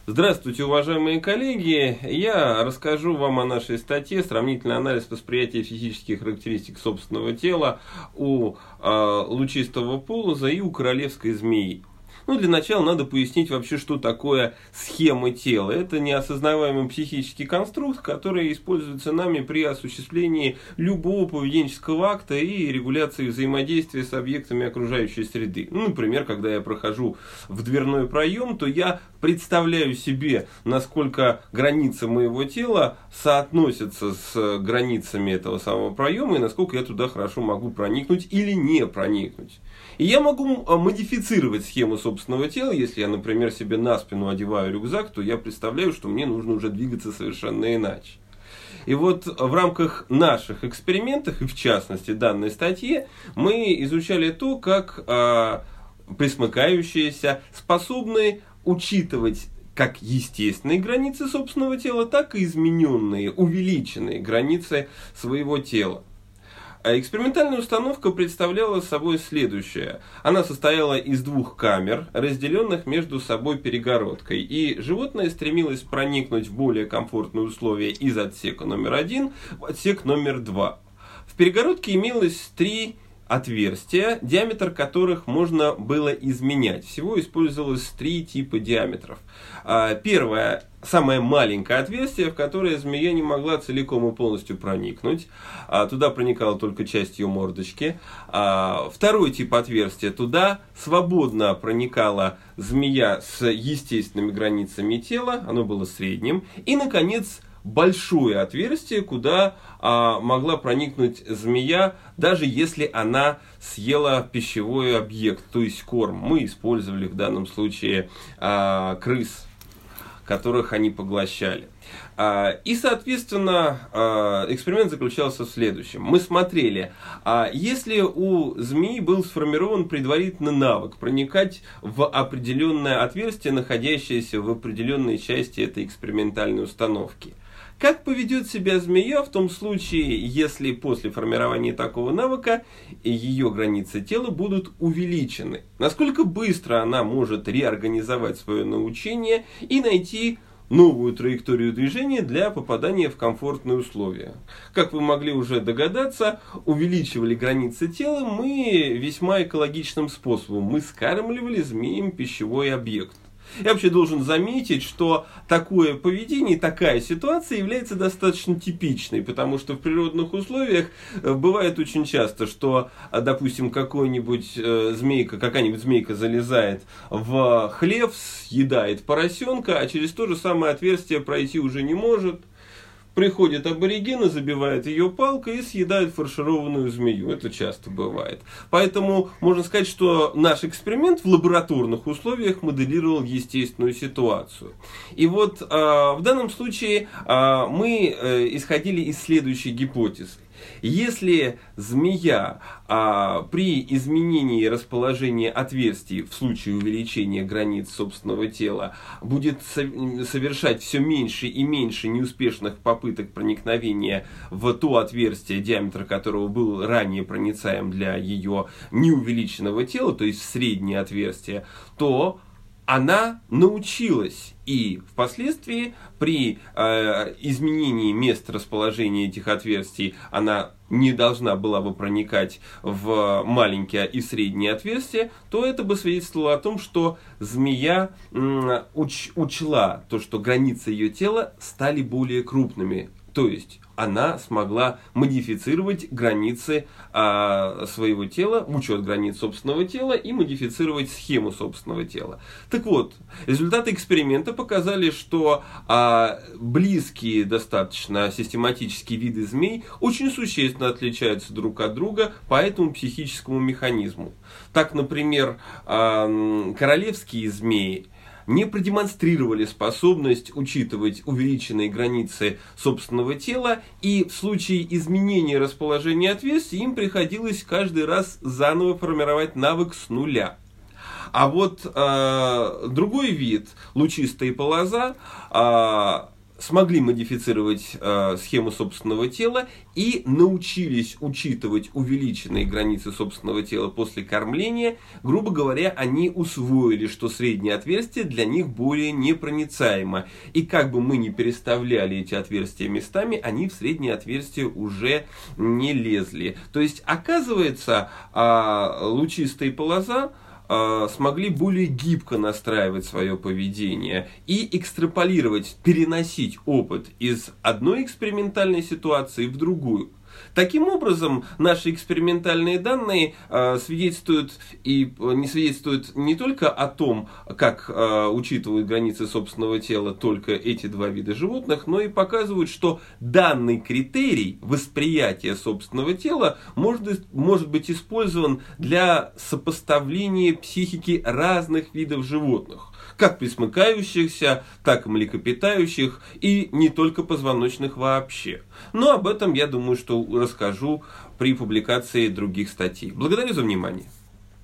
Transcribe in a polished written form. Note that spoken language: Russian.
Здравствуйте, уважаемые коллеги! Я расскажу вам о нашей статье «Сравнительный анализ восприятия физических характеристик собственного тела у лучистого полоза и у королевской змеи». Для начала надо пояснить вообще, что такое схема тела. Это неосознаваемый психический конструкт, который используется нами при осуществлении любого поведенческого акта и регуляции взаимодействия с объектами окружающей среды. Например, когда я прохожу в дверной проем, то я представляю себе, насколько границы моего тела соотносятся с границами этого самого проема и насколько я туда хорошо могу проникнуть или не проникнуть. И я могу модифицировать схему собственного тела. Если я, например, себе на спину одеваю рюкзак, то я представляю, что мне нужно уже двигаться совершенно иначе. И вот в рамках наших экспериментов, и в частности данной статьи, мы изучали то, как пресмыкающиеся способны учитывать как естественные границы собственного тела, так и измененные, увеличенные границы своего тела. Экспериментальная установка представляла собой следующее. Она состояла из двух камер, разделенных между собой перегородкой. И животное стремилось проникнуть в более комфортные условия из отсека номер 1 в отсек номер 2. В перегородке имелось 3 отверстия, диаметр которых можно было изменять. Всего использовалось 3 типа диаметров. Первое, самое маленькое отверстие, в которое змея не могла целиком и полностью проникнуть. Туда проникала только часть ее мордочки. Второй тип отверстия, туда свободно проникала змея с естественными границами тела, оно было средним. И, наконец, большое отверстие, куда могла проникнуть змея, даже если она съела пищевой объект, то есть корм. Мы использовали в данном случае крыс, которых они поглощали. И, соответственно, эксперимент заключался в следующем. Мы смотрели, если у змеи был сформирован предварительно навык проникать в определенное отверстие, находящееся в определенной части этой экспериментальной установки. Как поведет себя змея в том случае, если после формирования такого навыка ее границы тела будут увеличены? Насколько быстро она может реорганизовать свое научение и найти новую траекторию движения для попадания в комфортные условия? Как вы могли уже догадаться, увеличивали границы тела мы весьма экологичным способом. Мы скармливали змеям пищевой объект. Я вообще должен заметить, что такое поведение, такая ситуация является достаточно типичной, потому что в природных условиях бывает очень часто, что, допустим, какая-нибудь змейка залезает в хлев, съедает поросенка, а через то же самое отверстие пройти уже не может. Приходит аборигены, забивает ее палкой и съедает фаршированную змею. Это часто бывает. Поэтому можно сказать, что наш эксперимент в лабораторных условиях моделировал естественную ситуацию. И вот в данном случае мы исходили из следующей гипотезы. Если змея при изменении расположения отверстий в случае увеличения границ собственного тела будет совершать все меньше и меньше неуспешных попыток проникновения в то отверстие, диаметр которого был ранее проницаем для ее неувеличенного тела, то есть в среднее отверстие, то она научилась, и впоследствии при изменении места расположения этих отверстий она не должна была бы проникать в маленькие и средние отверстия, то это бы свидетельствовало о том, что змея учла то, что границы ее тела стали более крупными. То есть она смогла модифицировать границы своего тела, учет границ собственного тела и модифицировать схему собственного тела. Так вот, результаты эксперимента показали, что близкие достаточно систематические виды змей очень существенно отличаются друг от друга по этому психическому механизму. Так, например, королевские змеи не продемонстрировали способность учитывать увеличенные границы собственного тела, и в случае изменения расположения отверстий им приходилось каждый раз заново формировать навык с нуля. А вот другой вид, лучистая полоза, смогли модифицировать схему собственного тела и научились учитывать увеличенные границы собственного тела после кормления. Грубо говоря, они усвоили, что среднее отверстие для них более непроницаемо. И как бы мы ни переставляли эти отверстия местами, они в среднее отверстие уже не лезли. То есть, оказывается, лучистые полоза смогли более гибко настраивать свое поведение и экстраполировать, переносить опыт из одной экспериментальной ситуации в другую. Таким образом, наши экспериментальные данные свидетельствуют не только о том, как учитывают границы собственного тела только эти два вида животных, но и показывают, что данный критерий восприятия собственного тела может быть использован для сопоставления психики разных видов животных, как пресмыкающихся, так и млекопитающих, и не только позвоночных вообще. Но об этом, я думаю, что расскажу при публикации других статей. Благодарю за внимание.